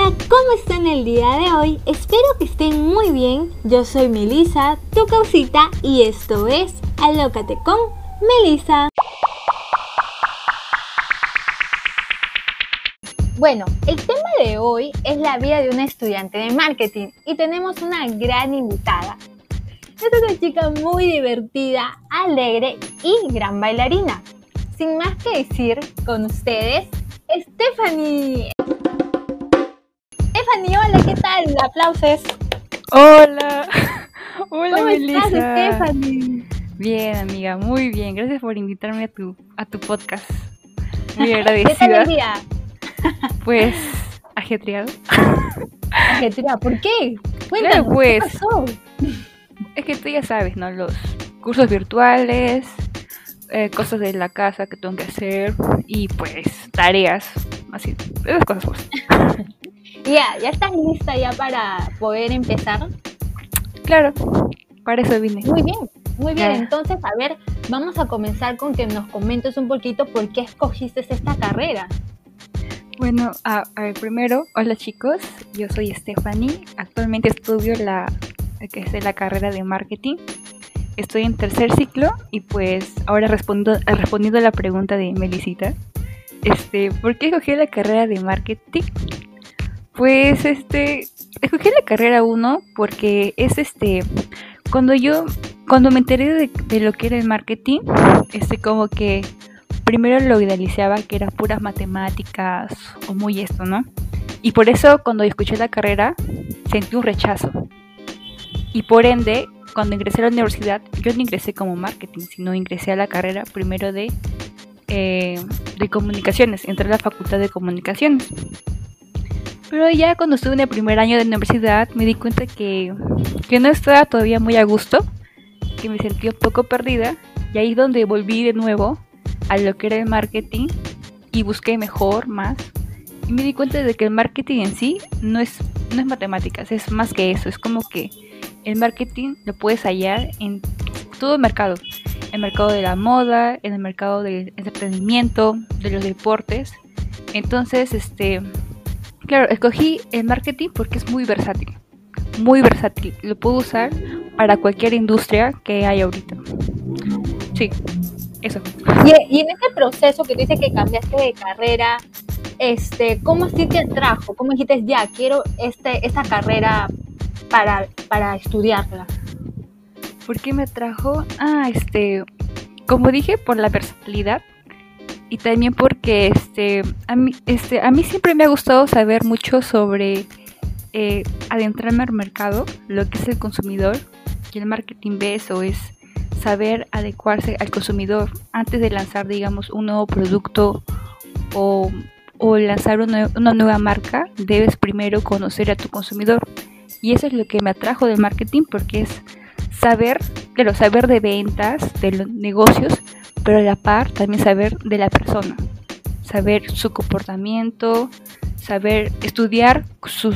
Hola, ¿cómo están el día de hoy? Espero que estén muy bien. Yo soy Melissa, tu causita, y esto es Alócate con Melissa. Bueno, el tema de hoy es la vida de una estudiante de marketing y tenemos una gran invitada. Es una chica muy divertida, alegre y gran bailarina. Sin más que decir, con ustedes, Stephanie. Stephanie, hola, ¿qué tal? Aplausos. Hola, hola ¿Cómo Melissa. estás, Stephanie? Bien, amiga, muy bien. Gracias por invitarme a tu podcast. Muy ¿Qué tal agradecida. el día? Pues, ajetreado. Ajetreado, ¿por qué? Cuéntanos, Claro, pues, ¿qué pasó? es que tú ya sabes, ¿no? Los cursos virtuales, cosas de la casa que tengo que hacer y pues tareas, así, esas cosas pues. ¿Ya estás lista ya para poder empezar? Claro, para eso vine. Muy bien, muy bien. Ya. Entonces, a ver, vamos a comenzar con que nos comentes un poquito por qué escogiste esta carrera. Bueno, a ver, primero, hola chicos, yo soy Stephanie, actualmente estudio la carrera de marketing, estoy en tercer ciclo y pues ahora respondiendo a la pregunta de Melisita, ¿por qué escogí la carrera de marketing? Pues escogí la carrera 1 porque es cuando me enteré de lo que era el marketing, como que primero lo idealizaba que era puras matemáticas o muy esto, ¿no? Y por eso cuando escuché la carrera sentí un rechazo. Y por ende, cuando ingresé a la universidad, yo no ingresé como marketing, sino ingresé a la carrera primero de comunicaciones, entré a la facultad de comunicaciones. Pero ya cuando estuve en el primer año de universidad me di cuenta que no estaba todavía muy a gusto, que me sentí un poco perdida, y ahí es donde volví de nuevo a lo que era el marketing y busqué mejor, más, y me di cuenta de que el marketing en sí no es matemáticas, es más que eso, es como que el marketing lo puedes hallar en todo el mercado de la moda, en el mercado del entretenimiento, de los deportes. Entonces, claro, escogí el marketing porque es muy versátil, lo puedo usar para cualquier industria que hay ahorita. Sí, eso. Y en ese proceso que dices que cambiaste de carrera, ¿cómo así te atrajo? ¿Cómo dijiste, ya, quiero esta carrera para estudiarla? ¿Por qué me atrajo? Como dije, por la versatilidad y también porque a mí siempre me ha gustado saber mucho sobre adentrarme al mercado, lo que es el consumidor, y el marketing ve eso, es saber adecuarse al consumidor antes de lanzar, digamos, un nuevo producto o lanzar una nueva marca. Debes primero conocer a tu consumidor, y eso es lo que me atrajo del marketing, porque es saber de ventas, de los negocios, pero a la par también saber de la persona, saber su comportamiento, saber estudiar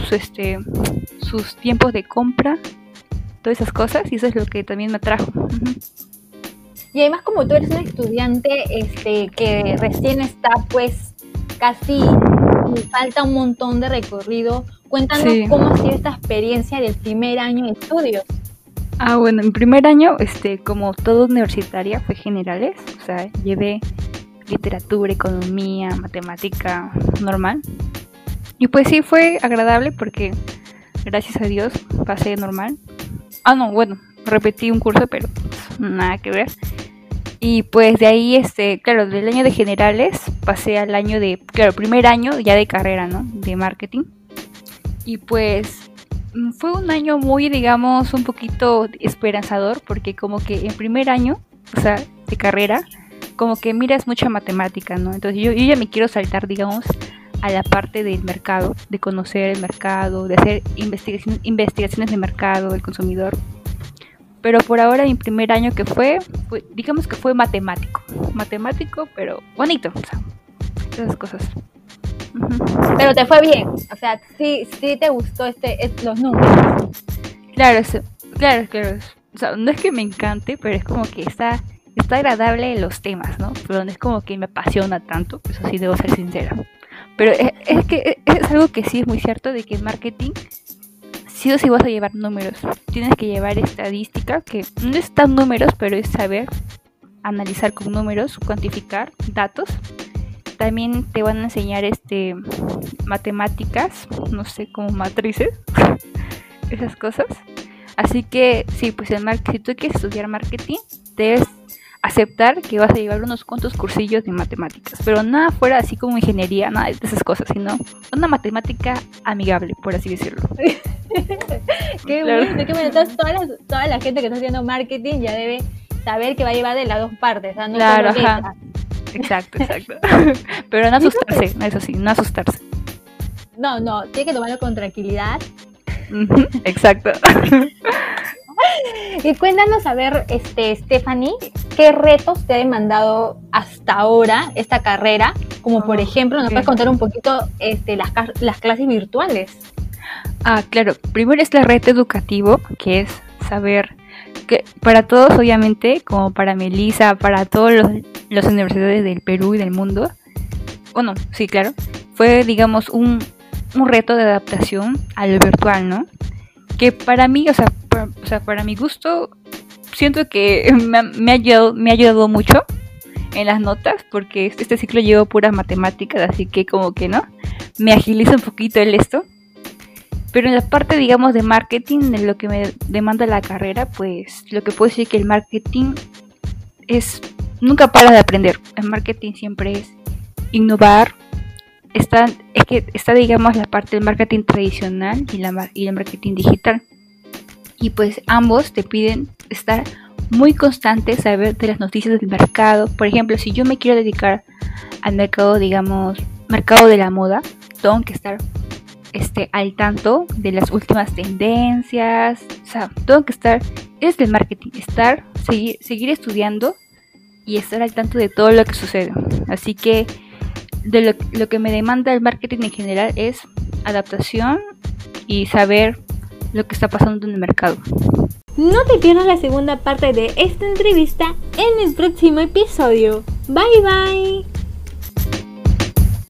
sus tiempos de compra, todas esas cosas, y eso es lo que también me atrajo. Y además, como tú eres un estudiante que recién está pues casi y falta un montón de recorrido, cuéntanos Sí. cómo ha sido esta experiencia del primer año de estudios. Bueno, en primer año, como todo universitaria, fue generales, o sea, llevé literatura, economía, matemática, normal. Y pues sí, fue agradable porque, gracias a Dios, pasé normal. No, bueno, repetí un curso, pero nada que ver. Y pues de ahí, claro, del año de generales pasé al año primer año ya de carrera, ¿no? De marketing. Y pues fue un año muy, digamos, un poquito esperanzador, porque como que en primer año, o sea, de carrera, como que miras mucha matemática, ¿no? Entonces yo ya me quiero saltar, digamos, a la parte del mercado, de conocer el mercado, de hacer investigaciones de mercado, del consumidor. Pero por ahora mi primer año que digamos que fue matemático, pero bonito, o sea, esas cosas. Uh-huh. Pero te fue bien, o sea, sí te gustó los números. Claro, o sea, no es que me encante, pero es como que está agradable los temas, ¿no? Pero no es como que me apasiona tanto, eso sí debo ser sincera. Pero es que es algo que sí es muy cierto, de que en marketing sí o sí vas a llevar números. Tienes que llevar estadística, que no es tan números, pero es saber analizar con números, cuantificar datos. También te van a enseñar matemáticas, no sé, como matrices, esas cosas. Así que sí, pues si tú quieres estudiar marketing, debes aceptar que vas a llevar unos cuantos cursillos de matemáticas, pero nada fuera así como ingeniería, nada de esas cosas, sino una matemática amigable, por así decirlo. Qué Claro. bueno, qué bueno. Entonces toda la gente que está haciendo marketing ya debe saber que va a llevar de las dos partes, ¿no? Claro, Solo ajá. letras. Exacto. Pero no asustarse, eso sí, no asustarse. No, tiene que tomarlo con tranquilidad. Ujú, exacto. Y cuéntanos, a ver, Stephanie, ¿qué retos te ha demandado hasta ahora esta carrera? Como por ejemplo, ¿nos puedes contar un poquito las clases virtuales? Ah, claro. Primero es la red educativo, que es saber que para todos, obviamente, como para Melissa, para todas las universidades del Perú y del mundo, bueno, sí, claro, fue, digamos, un reto de adaptación a lo virtual, ¿no? Que para mí, para mi gusto, siento que me ha ayudado mucho en las notas, porque este ciclo llevo puras matemáticas, así que como que, ¿no? Me agiliza un poquito el esto. Pero en la parte, digamos, de marketing, de lo que me demanda la carrera, pues lo que puedo decir que el marketing nunca para de aprender. El marketing siempre es innovar. Está, digamos, la parte del marketing tradicional y el marketing digital. Y pues ambos te piden estar muy constante, saber de las noticias del mercado. Por ejemplo, si yo me quiero dedicar al mercado, digamos, mercado de la moda, tengo que estar al tanto de las últimas tendencias. O sea, tengo que estar, es del marketing, seguir estudiando y estar al tanto de todo lo que sucede. Así que de lo que me demanda el marketing en general es adaptación y saber lo que está pasando en el mercado. No te pierdas la segunda parte de esta entrevista en el próximo episodio. Bye bye.